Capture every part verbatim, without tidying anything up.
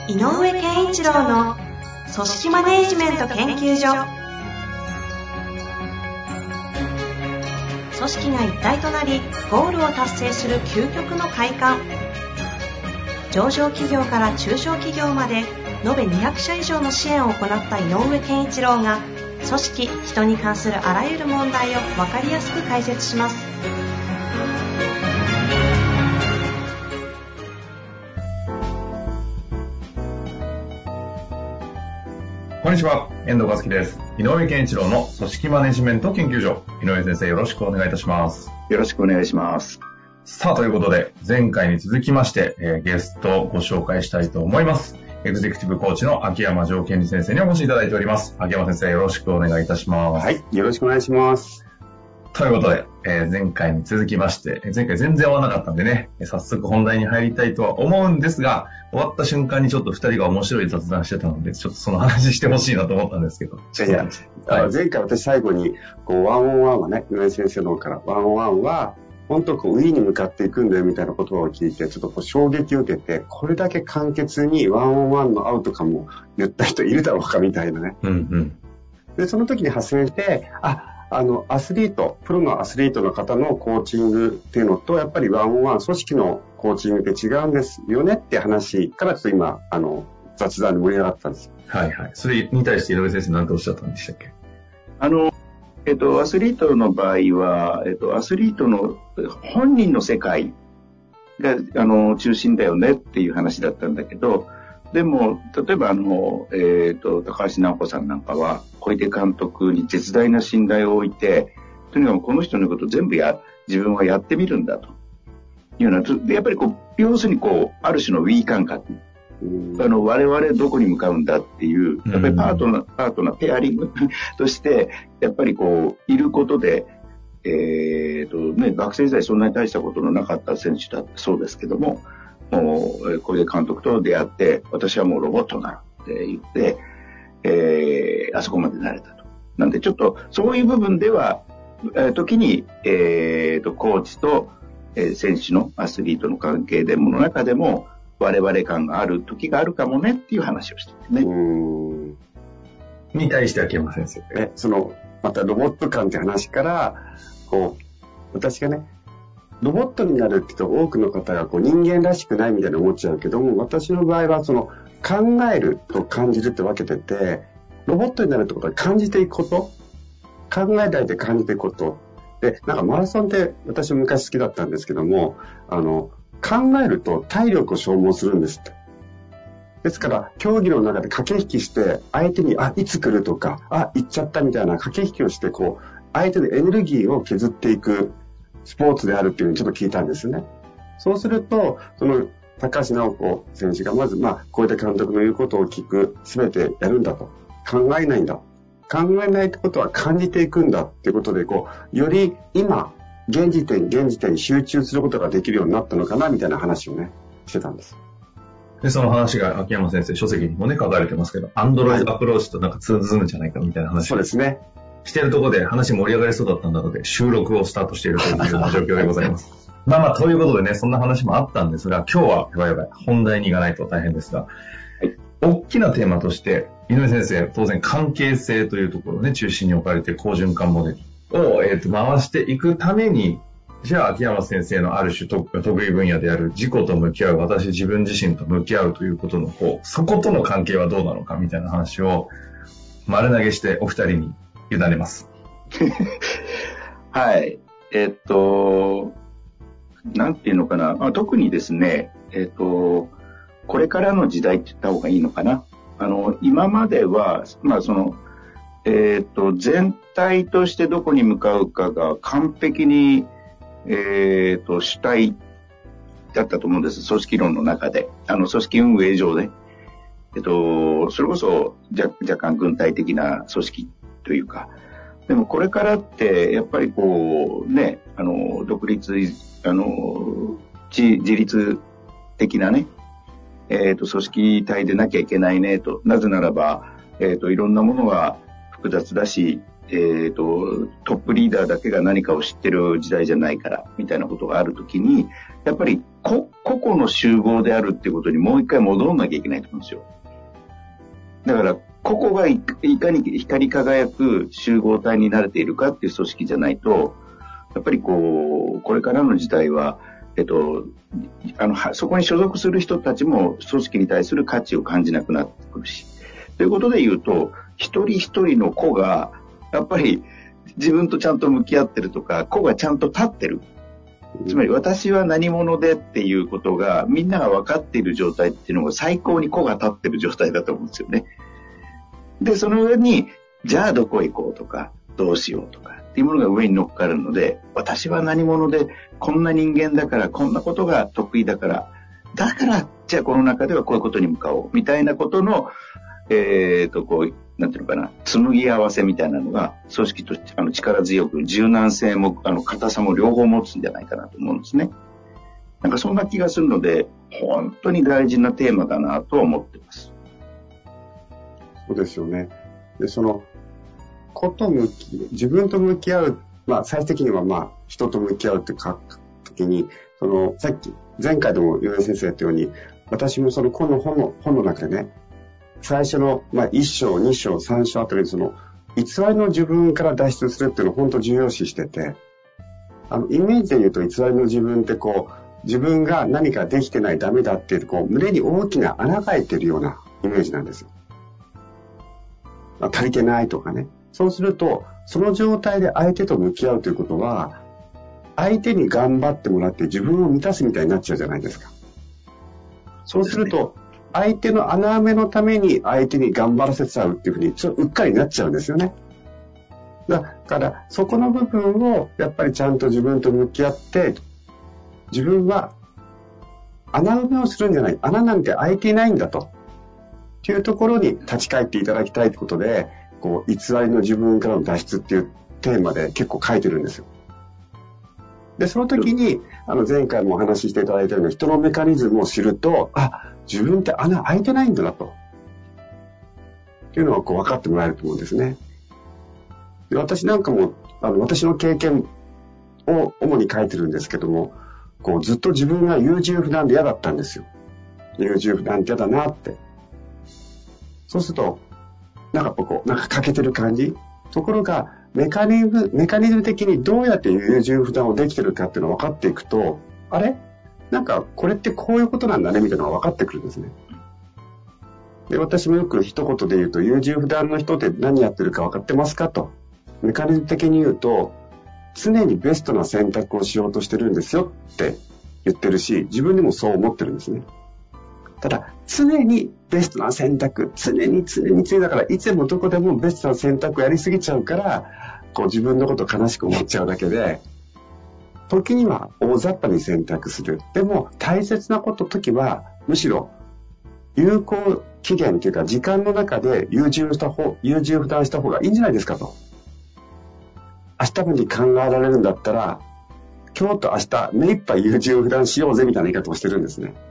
井上健一郎の組織マネジメント研究所。組織が一体となりゴールを達成する究極の快感。上場企業から中小企業まで延べにひゃくしゃ以上の支援を行った井上健一郎が、組織・人に関するあらゆる問題を分かりやすく解説します。 こんにちは、遠藤和樹です。井上健一郎の組織マネジメント研究所。井上先生、よろしくお願いいたします。 よろしくお願いします。 さあ、ということで、前回に続きまして、えー、ゲストをご紹介したいと思います。エグゼクティブコーチの秋山城健二先生にお越しいただいております。秋山先生、よろしくお願いいたします。 はい、よろしくお願いします。 ということで、えー、前回に続きまして、前回全然終わらなかったんでね、早速本題に入りたいとは思うんですが、終わった瞬間にちょっと二人が面白い雑談してたので、ちょっとその話してほしいなと思ったんですけど。 いやいや、はい、前回私最後に、こう、ワンオンワンはね、井上先生の方から、ワンオンワンは、本当こう、ウィーに向かっていくんだよみたいな言葉を聞いて、ちょっとこう衝撃を受けて、これだけ簡潔にワンオンワンのアウトカムを言った人いるだろうかみたいなね。 うんうん。 で、その時に派生して、あ、あの、アスリート、プロのアスリートの方のコーチングっていうのと、やっぱりワンオンワン、組織のコーチングって違うんですよねって話からちょっと今、あの、雑談に盛り上がったんです。 はいはい。それに対して井上先生何ておっしゃったんでしたっけ？ あの、えっと、アスリートの場合は、えっと、アスリートの本人の世界が、あの、中心だよねっていう話だったんだけど、でも、例えばあの、えっと、高橋直子さんなんかは、小出監督に絶大な信頼を置いて、とにかくこの人のことを全部や、自分はやってみるんだというような、で、やっぱりこう、要するにこう、ある種のウィー感覚。あの、我々どこに向かうんだっていう、やっぱりパートナー、パートナー、ペアリングとして、やっぱりこう、いることで、えっと、ね、学生時代そんなに大したことのなかった選手だそうですけども、もう、小出監督と出会って、私はもうロボットだって言って、えー、あそこまでなれたと。なんでちょっと、そういう部分では、えー、時に、えーと、コーチと、えー、選手のアスリートの関係でもの中でも、我々感がある時があるかもねっていう話をしてるね。うーん。 に対して秋山先生。 え、その、またロボット感って話から、こう、私がね、ロボットになるって言うと多くの方がこう人間らしくないみたいに思っちゃうけども、私の場合はその考えると感じるって分けてて、ロボットになるってことは感じていくこと、考えないで感じていくこと。で、なんかマラソンって私昔好きだったんですけども、あの、考えると体力を消耗するんですって。ですから、競技の中で駆け引きして、相手に、あ、いつ来るとか、あ、行っちゃったみたいな駆け引きをして、こう、相手のエネルギーを削っていくスポーツであるっていうのをちょっと聞いたんですね。そうすると、その、高橋直子選手がまず、まあ、小出監督の言うことを聞く、すべてやるんだと。考えないんだ。考えないってことは感じていくんだっていうことで、こう、より今、現時点、現時点に集中することができるようになったのかな、みたいな話をね、してたんです。 で、その話が秋山先生、書籍にもね、書かれてますけど、アンドロイドアプローチとなんか通ずるんじゃないかみたいな話。 そうですね。 しているところで話盛り上がりそうだったんだので、収録をスタートしているというような状況でございます。まあまあ、ということでね、そんな話もあったんですが、今日は、やばいやばい、本題に行かないと大変ですが、はい、大きなテーマとして、井上先生、当然関係性というところをね、中心に置かれて、好循環モデルを、えーと、回していくために、じゃあ、秋山先生のある種得意分野である自己と向き合う、私自分自身と向き合うということの、こう、そことの関係はどうなのかみたいな話を丸投げしてお二人に委ねます。はい。 えっと、なんていうのかな。まあ、特にですね、えっと、これからの時代って言った方がいいのかな。あの、今までは、まあその、えっと、全体としてどこに向かうかが完璧に、えっと、主体だったと思うんです。組織論の中で。あの、組織運営上で。えっと、それこそ若、若干軍隊的な組織というか。でもこれからって、やっぱりこう、ね、あの、独立、あの、自, 自立的なね、えっと、組織体でなきゃいけないねと。なぜならば、えっと、いろんなものが複雑だし、 えーと、トップリーダーだけが何かを知ってる時代じゃないからみたいなことがあるときに、やっぱり個々の集合であるっていうことにもう一回戻らなきゃいけないと思うんですよ。だから個々がいかに光り輝く集合体になれているかっていう組織じゃないと、やっぱりこうこれからの時代は、えっと、あのそこに所属する人たちも組織に対する価値を感じなくなってくるし、ということで言うと、一人一人の個がやっぱり自分とちゃんと向き合ってるとか、個がちゃんと立ってる。つまり私は何者でっていうことがみんなが分かっている状態っていうのが最高に個が立ってる状態だと思うんですよね。で、その上に、じゃあどこ行こうとか、どうしようとかっていうものが上に乗っかるので、私は何者で、こんな人間だから、こんなことが得意だから、だから、じゃあこの中ではこういうことに向かおう、みたいなことの、えーと、こう、なんていうのかな、紡ぎ合わせみたいなのが、組織としてあの力強く、柔軟性も、あの、硬さも両方持つんじゃないかなと思うんですね。なんかそんな気がするので、本当に大事なテーマだなと思ってます。 そうですよね。で、その、こと向き、自分と向き合う、まあ、最終的にはまあ、人と向き合うって書くときに、その、さっき、前回でも井上先生言ったように、私もその、この本の、本の中でね、最初の、まあ、いっ章、に章、さん章あたりにその、偽りの自分から脱出するっていうのを本当重要視してて、あの、イメージで言うと偽りの自分ってこう、自分が何かできてない、ダメだっていう、こう、胸に大きな穴が開いてるようなイメージなんですよ。足りてないとかね。そうすると、その状態で相手と向き合うということは、相手に頑張ってもらって自分を満たすみたいになっちゃうじゃないですか。そうすると、相手の穴埋めのために相手に頑張らせちゃうっていうふうに、ちょっとうっかりになっちゃうんですよね。だから、そこの部分をやっぱりちゃんと自分と向き合って、自分は穴埋めをするんじゃない。穴なんて開いていないんだと。というところに立ち返っていただきたいということで、こう偽りの自分からの脱出っていうテーマで結構書いてるんですよ。で、その時に、あの前回もお話ししていただいたような人のメカニズムを知ると、あ、自分って穴開いてないんだなと。っていうのはこう分かってもらえると思うんですね。で、私なんかも、あの私の経験を主に書いてるんですけども、こうずっと自分が優柔不断で嫌だったんですよ。優柔不断って嫌だなって。そうすると、なんかこう、なんか欠けてる感じ。ところが、メカニズム、メカニズム的にどうやって優柔不断をできてるかっていうのを分かっていくと、あれなんか、これってこういうことなんだね、みたいなのが分かってくるんですね。で、私もよく一言で言うと、優柔不断の人って何やってるか分かってますかと。メカニズム的に言うと、常にベストな選択をしようとしてるんですよって言ってるし、自分でもそう思ってるんですね。ただ、常にベストな選択、常に常に常にだから、いつでもどこでもベストな選択をやりすぎちゃうから、こう自分のことを悲しく思っちゃうだけで、時には大雑把に選択する。でも、大切なこと、時は、むしろ、有効期限というか、時間の中で優柔した方、優柔不断した方がいいんじゃないですかと。明日まで考えられるんだったら、今日と明日、目いっぱい優柔不断しようぜみたいな言い方をしてるんですね。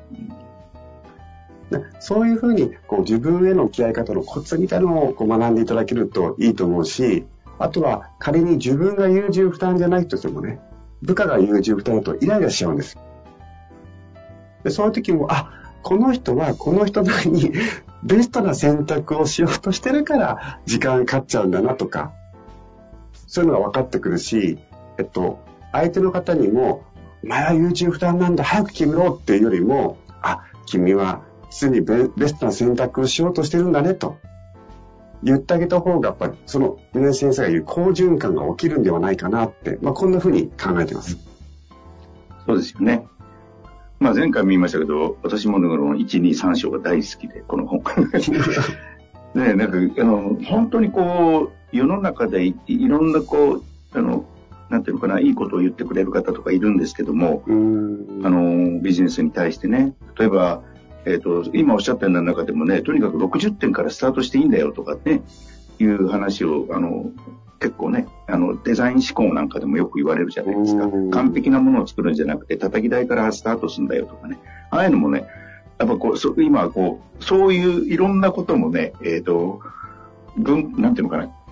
そういうふうにこう自分への向き合い方のコツみたいなのをこう学んでいただけるといいと思うし、あとは仮に自分が優柔不断じゃないとしてもね、部下が優柔不断だとイライラしちゃうんです。で、そういう時も、あ、この人はこの人なりにベストな選択をしようとしてるから時間かかっちゃうんだなとか、そういうのが分かってくるし、えっと、相手の方にも、お前は優柔不断なんだ、早く決めろっていうよりも、あ、君は常に ベ, ベストな選択をしようとしてるんだねと言ってあげた方が、やっぱりその井上先生が言う好循環が起きるんではないかなって、まあ、こんな風に考えてます。 そうですよね。まあ、前回も言いましたけど、私ものいち、に、さん章が大好きで、この本。ね、なんかあの本当にこう世の中で い, いろんなこうあのなんていうのかな、いいことを言ってくれる方とかいるんですけども、あのビジネスに対してね、例えばえーと、今おっしゃったような中でもね、とにかくろくじゅってんからスタートしていいんだよとかね、いう話をあの結構ね、あのデザイン思考なんかでもよく言われるじゃないですか。完璧なものを作るんじゃなくて、叩き台からスタートするんだよとかね。ああいうのもね、やっぱこう、そ今はこう、そういういろんなこともね、えーと、分、なんていうのかな、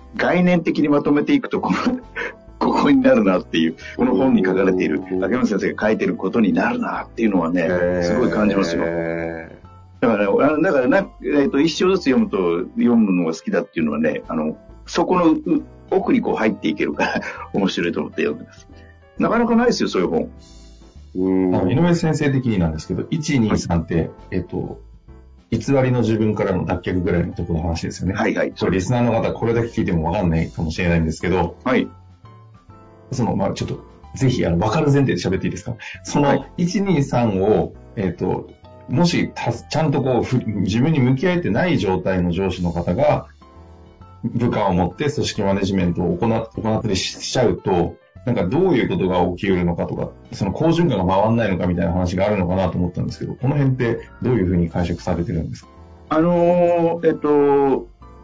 概念的にまとめていくとこのここになるなっていう、この本に書かれている秋山先生が書いていることになるなっていうのはね、すごい感じますよ。だから、ね、だからな、えーと、一章ずつ読むと読むのが好きだっていうのはね、あのそこの奥にこう入っていけるから面白いと思って読んでます。なかなかないですよ、そういう本。 うんあの井上先生的になんですけど、いち、に、さんって、はい、えっと、偽りの自分からの脱却ぐらいのところの話ですよね。はいはい。これリスナーの方、これだけ聞いてもわかんないかもしれないんですけど、はい。その、まあちょっと、ぜひ、あの、わかる前提で喋っていいですか？その、いち、に、さんを、えっと、もし、ちゃんとこう、自分に向き合えてない状態の上司の方が、部下を持って組織マネジメントを行っ、行ったりしちゃうと、なんかどういうことが起きうるのかとか、その好循環が回らないのかみたいな話があるのかなと思ったんですけど、この辺ってどういうふうに解釈されてるんですか？ あのー、えっと、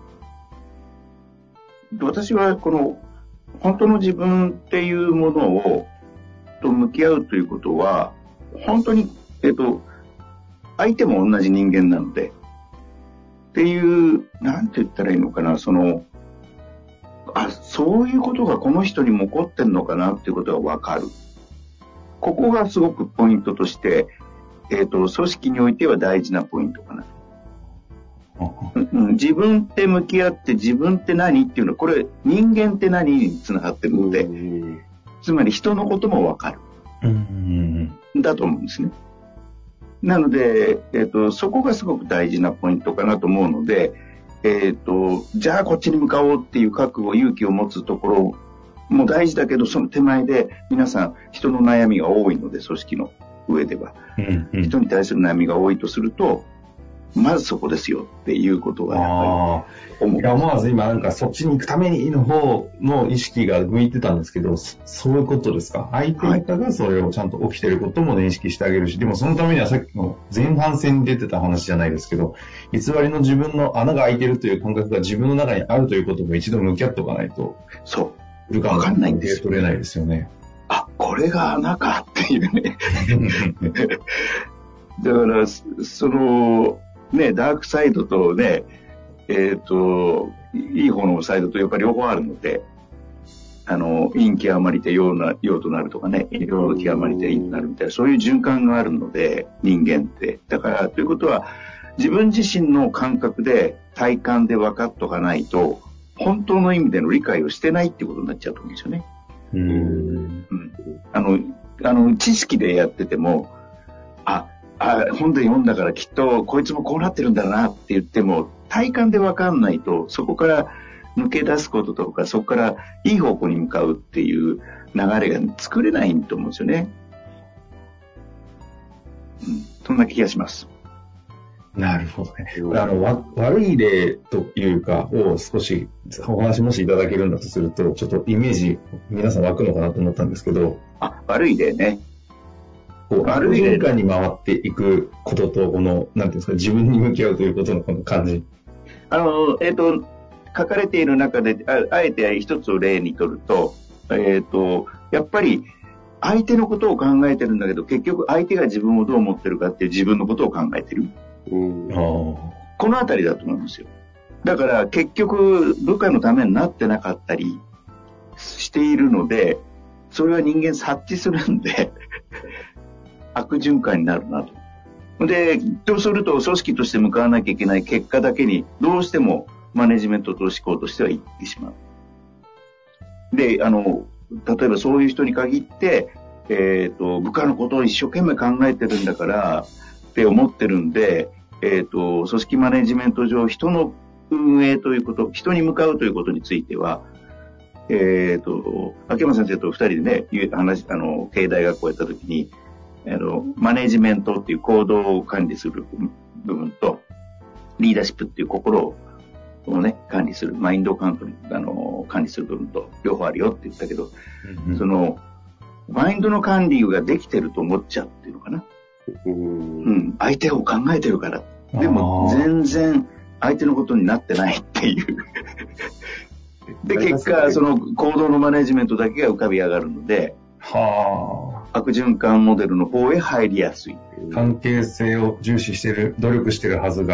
私はこの本当の自分っていうものをと向き合うということは、本当に、えっと、相手も同じ人間なので、っていう、なんて言ったらいいのかな、その、あ、そういうことがこの人にも起こってんのかなっていうことがわかる。ここがすごくポイントとして、えっと、組織においては大事なポイントかな。うん、自分って向き合って自分って何っていうのは、これ人間って何につながってるので、つまり人のこともわかる。だと思うんですね。なので、えっと、そこがすごく大事なポイントかなと思うので、えっと、じゃあこっちに向かおうっていう覚悟、勇気を持つところも大事だけど、その手前で皆さん人の悩みが多いので、組織の上では、うんうん、人に対する悩みが多いとすると、まずそこですよっていうことがやっぱり思う。 いや、思わず今なんかそっちに行くためにの方の意識が向いてたんですけど、そういうことですか？相手方がそれをちゃんと起きてることも認識してあげるし、でもそのためにはさっきの前半戦に出てた話じゃないですけど、偽りの自分の穴が開いてるという感覚が自分の中にあるということも一度向き合っておかないと、 そう。 部下の関係取れないですよね。 あ、これが穴かっていうね。だから、その、ね、ダークサイドとね、えっと、いい方のサイドとやっぱり両方あるので、あの、陰極まりて陽な、陽となるとかね、陽極まりて陰となるみたいな、そういう循環があるので、人間って。だから、ということは、自分自身の感覚で、体感で分かっとかないと、本当の意味での理解をしてないってことになっちゃうと思うんですよね。うん。うん。あの、あの、知識でやってても、あ、あ、本で読んだからきっとこいつもこうなってるんだなって言っても、体感で分かんないと、そこから抜け出すこととか、そこからいい方向に向かうっていう流れが作れないと思うんですよね。うん、そんな気がします。 なるほどね。あの、わ悪い例というかを少しお話もしいただけるんだとすると、ちょっとイメージ皆さん湧くのかなと思ったんですけど。 あ、悪い例ね。 こう悪循環に回っていくことと、この、なんていうんですか、自分に向き合うということのこの感じ。 あの、えっと、書かれている中で、あ, あえて一つを例にとると、えっと、やっぱり、相手のことを考えてるんだけど、結局相手が自分をどう思ってるかっていう自分のことを考えてる。うん、このあたりだと思いますよ。だから結局部下のためになってなかったりしているので、それは人間察知するんで、悪循環になるなと。で、とすると組織として向かわなきゃいけない結果だけにどうしてもマネジメントと思考としてはいってしまう。で、あの、例えばそういう人に限って、えっと、部下のことを一生懸命考えてるんだからって思ってるんで、えっと、組織マネジメント上人の運営ということ、人に向かうということについては、えっと、秋山先生と二人でね、話、あの、経営大学校やった時に、あの、マネジメントっていう行動を管理する部分と、リーダーシップっていう心をね、管理する、マインドを管理、あの、管理する部分と両方あるよって言ったけど、うんうん、その、マインドの管理ができてると思っちゃうっていうのかな。うん、相手を考えてるから。でも全然相手のことになってないっていう。で、結果、その行動のマネジメントだけが浮かび上がるので、はあ、悪循環モデルの方へ入りやすい。 関係性を重視してる、努力してるはずが、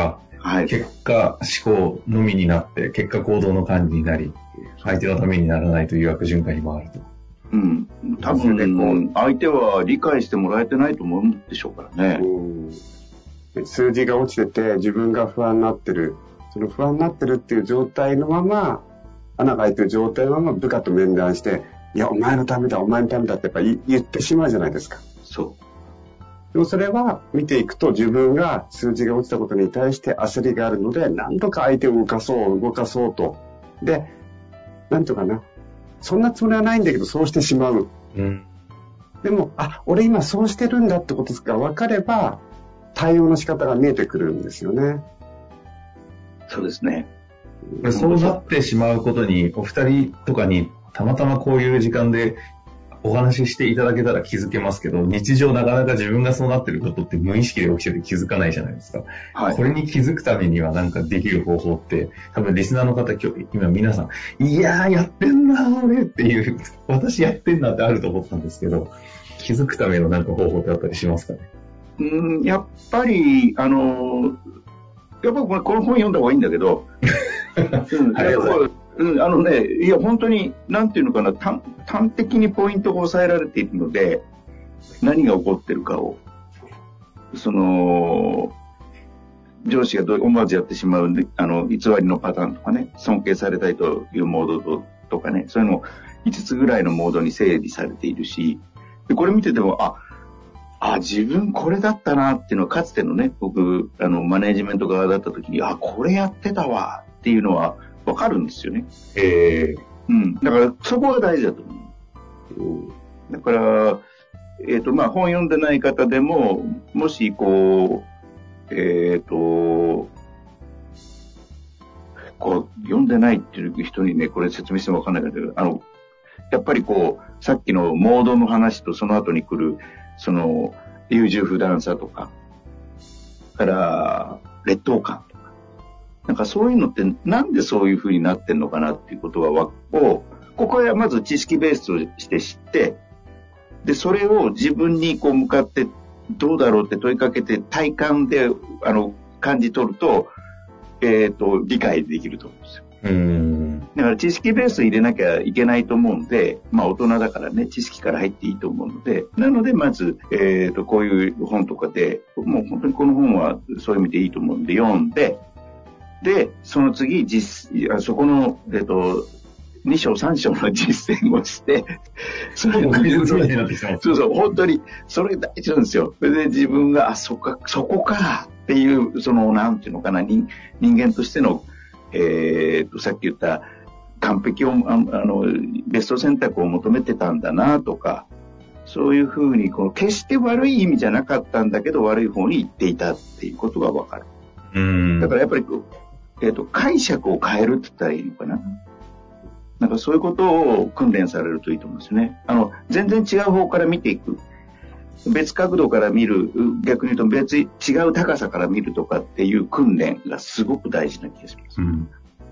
はい、結果思考のみになって、結果行動の管理になり、相手のためにならないという悪循環に回ると。 うん。多分ね、こう、相手は理解してもらえてないと思うんでしょうからね。 うん、数字が落ちてて、自分が不安になってる。その不安になってるっていう状態のまま、穴が開いてる状態のまま部下と面談して、いや、お前のためだ、お前のためだってやっぱり言ってしまうじゃないですか。 そう。 でもそれは見ていくと自分が数字が落ちたことに対して焦りがあるので、何とか相手を動かそう、動かそうと。で、なんとかな。そんなつもりはないんだけど、そうしてしまう。うん、でも、あ、俺今そうしてるんだってことが分かれば、対応の仕方が見えてくるんですよね。 そうですね。 そうなってしまうことに、お二人とかにたまたまこういう時間でお話ししていただけたら気づけますけど、日常なかなか自分がそうなってることって無意識で起きてて気づかないじゃないですか。はい、これに気づくためにはなんかできる方法って、多分リスナーの方、今日、今皆さん、いやーやってんな俺っていう、私やってんなってあると思ったんですけど、気づくためのなんか方法ってあったりしますかね？ うん、やっぱり、あの、やっぱこの本読んだ方がいいんだけど、うん、ありがとうございます。うん、あのね、いや、本当に、なんていうのかな、端端的にポイントが抑えられているので、何が起こってるかを、その、上司がどう思わずやってしまう、あの、偽りのパターンとかね、尊敬されたいというモード と, とかね、そういうのをいつつぐらいのモードに整理されているし、でこれ見てても、あ、あ、自分これだったなっていうのは、かつてのね、僕、あの、マネジメント側だった時に、あ、これやってたわっていうのは、わかるんですよね。 ええー。 うん。だから、そこが大事だと思う。うん、だから、えっ、ー、と、まあ、本読んでない方でも、もし、こう、えっ、ー、と、こう、読んでないっていう人にね、これ説明してもわかんないけど、あの、やっぱりこう、さっきのモードの話とその後に来る、その、優柔不断さとか、から、劣等感。なんかそういうのってなんでそういう風になってんのかなっていうことを、ここはまず知識ベースとして知って、で、それを自分にこう向かってどうだろうって問いかけて体感で、あの、感じ取ると、えっと、理解できると思うんですよ。 うーん。 だから知識ベース入れなきゃいけないと思うんで、まあ大人だからね、知識から入っていいと思うので、なのでまず、えっと、こういう本とかで、もう本当にこの本はそういう意味でいいと思うんで読んで、で、その次、実、そこの、えっと、に章さん章の実践をして、 それをそうそう、本当に、それ大事なんですよ。それで自分が、あ、そこか、そこか、っていう、その、なんていうのかな、人、人間としての、えー、と、さっき言った、完璧を、あの、ベスト選択を求めてたんだな、とか、そういうふうに、この、決して悪い意味じゃなかったんだけど、悪い方に行っていたっていうことがわかる。 うん。 だからやっぱり、えっと、解釈を変えるって言ったらいいのかな。なんかそういうことを訓練されるといいと思うんですよね。あの、全然違う方から見ていく。別角度から見る、逆に言うと別違う高さから見るとかっていう訓練がすごく大事な気がします。 うん、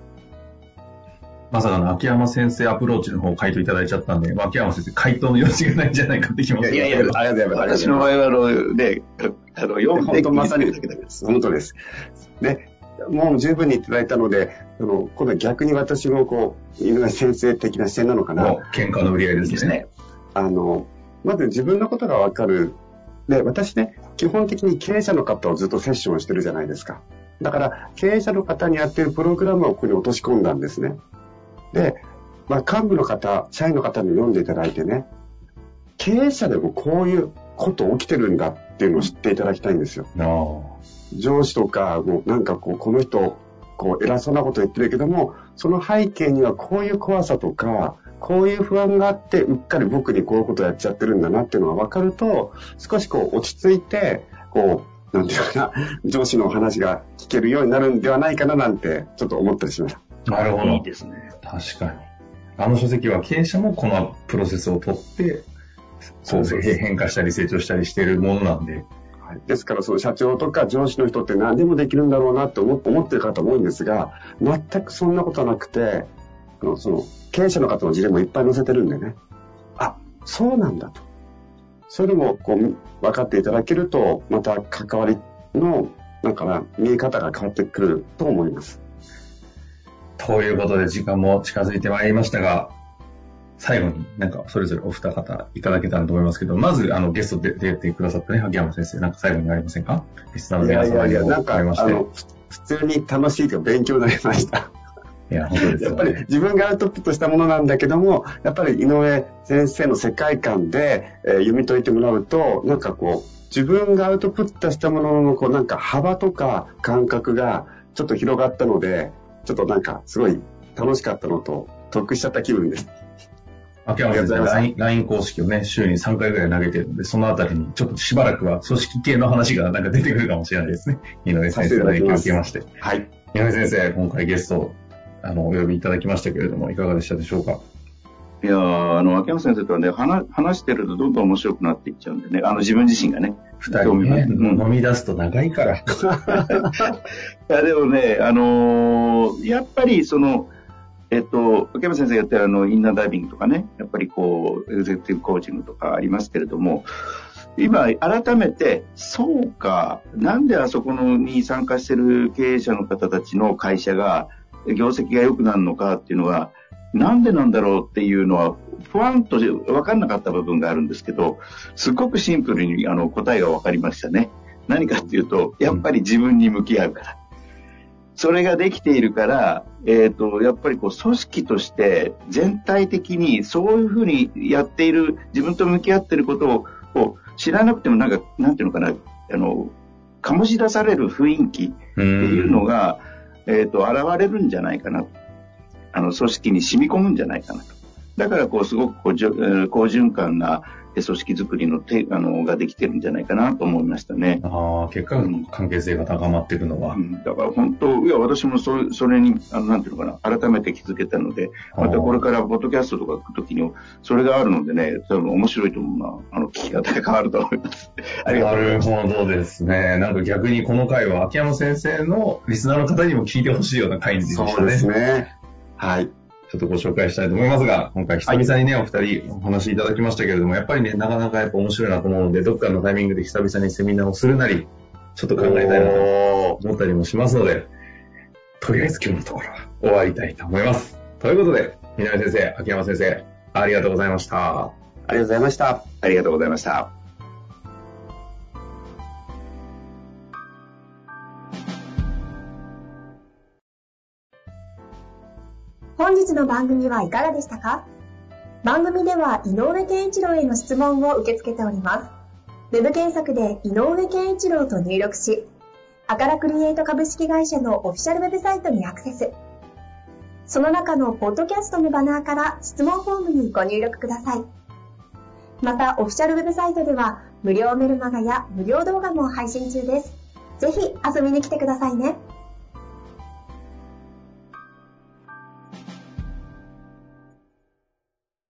まさかの秋山先生アプローチの方を回答いただいちゃったんで、秋山先生回答の余地がないんじゃないかって気もする。 いやいや、ありがとうございます。私の場合は、あの、ね、あの、よん本当まさに、本当です。ね。もう十分にいただいたので、その今度は逆に私もこう、犬飼先生的な視点なのかな。 喧嘩の売り合いですね。 あの、まず自分のことがわかる。で、私ね、基本的に経営者の方をずっとセッションしてるじゃないですか。だから、経営者の方にやってるプログラムをここに落とし込んだんですね。で、まあ、幹部の方、社員の方に読んでいただいてね、経営者でもこういうこと起きてるんだっていうのを知っていただきたいんですよ。上司とか、もうなんかこう、この人、こう、偉そうなこと言ってるけども、その背景にはこういう怖さとか、こういう不安があって、うっかり僕にこういうことやっちゃってるんだなっていうのが分かると、少しこう、落ち着いて、こう、なんていうかな、上司のお話が聞けるようになるんではないかななんて、ちょっと思ったりしました。 なるほど。 いいですね。 確かに。あの書籍は経営者もこのプロセスを取って、そう変化したり成長したりしているものなんで。 はい、ですからその社長とか上司の人って何でもできるんだろうなって思ってる方も多いんですが、全くそんなことはなくて、あのその経営者の方の事例もいっぱい載せてるんでね。あ、そうなんだと。それもこう分かっていただけると、また関わりのなんかな、見え方が変わってくると思います。 ということで時間も近づいてまいりましたが、最後になんかそれぞれお二方いただけたらと思いますけど、まずあのゲストで出てくださったね、秋山先生、なんか最後にありませんか？リスナーの皆様にもおかれまして。いやいやいや、なんかあの普通に楽しいというか勉強になりました。 いや、本当ですよね。 やっぱり自分がアウトプットしたものなんだけども、やっぱり井上先生の世界観で、えー、読み解いてもらうと、なんかこう、自分がアウトプットしたもののこうなんか幅とか感覚がちょっと広がったので、ちょっとなんかすごい楽しかったのと得しちゃった気分です。 秋山先生、ライン、ライン 公式をね、週にさんかいぐらい投げてるので、そのあたりにちょっとしばらくは組織系の話がなんか出てくるかもしれないですね。井上先生の影響を受けまして。 はい。 井上先生、今回ゲスト、あの、お呼びいただきましたけれども、いかがでしたでしょうか？ いやー、あの、秋山先生とはね、話、話してるとどんどん面白くなっていっちゃうんでね、あの、自分自身がね。 二人ね、うん、飲み出すと長いから。いや、でもね、あのー、やっぱりその、えっと、秋山先生がやってるあの、インナーダイビングとかね、やっぱりこう、エグゼクティブコーチングとかありますけれども、今、改めて、そうか、なんであそこのに参加してる経営者の方たちの会社が、業績が良くなるのかっていうのは、なんでなんだろうっていうのは、ふわんと分かんなかった部分があるんですけど、すごくシンプルにあの答えが分かりましたね。何かっていうと、やっぱり自分に向き合うから。それができているから、えっと、やっぱりこう組織として全体的にそういうふうにやっている、自分と向き合っていることをこう知らなくてもなんか、なんていうのかな、あの、醸し出される雰囲気っていうのが、えっと、現れるんじゃないかな。あの、組織に染み込むんじゃないかなと。だから、こう、すごくこう、好循環な組織づくりの手、あの、ができてるんじゃないかなと思いましたね。 ああ、結果、関係性が高まっていくのは。 うん、だから本当、いや、私もそ、それに、あの、なんていうのかな、改めて気づけたので、またこれからポッドキャストとか行くときに、それがあるのでね、多分面白いと思うな。あの、聞き方が変わると思います。ありがとうございます。 なるほどですね。なんか逆にこの回は、秋山先生のリスナーの方にも聞いてほしいような回にでしたね。 そうですね。はい。 ちょっとご紹介したいと思いますが、今回久々にね、はい、お二人お話しいただきましたけれども、やっぱりね、なかなかやっぱ面白いなと思うので、どっかのタイミングで久々にセミナーをするなり、ちょっと考えたいなと思ったりもしますので、とりあえず今日のところは終わりたいと思います。ということで、井上先生、秋山先生、ありがとうございました。 ありがとうございました。 ありがとうございました。 本日の番組はいかがでしたか？番組では井上健一郎への質問を受け付けております。ウェブ検索で井上健一郎と入力し、アカラクリエイト株式会社のオフィシャルウェブサイトにアクセス。その中のポッドキャストのバナーから質問フォームにご入力ください。また、オフィシャルウェブサイトでは無料メルマガや無料動画も配信中です。ぜひ遊びに来てくださいね。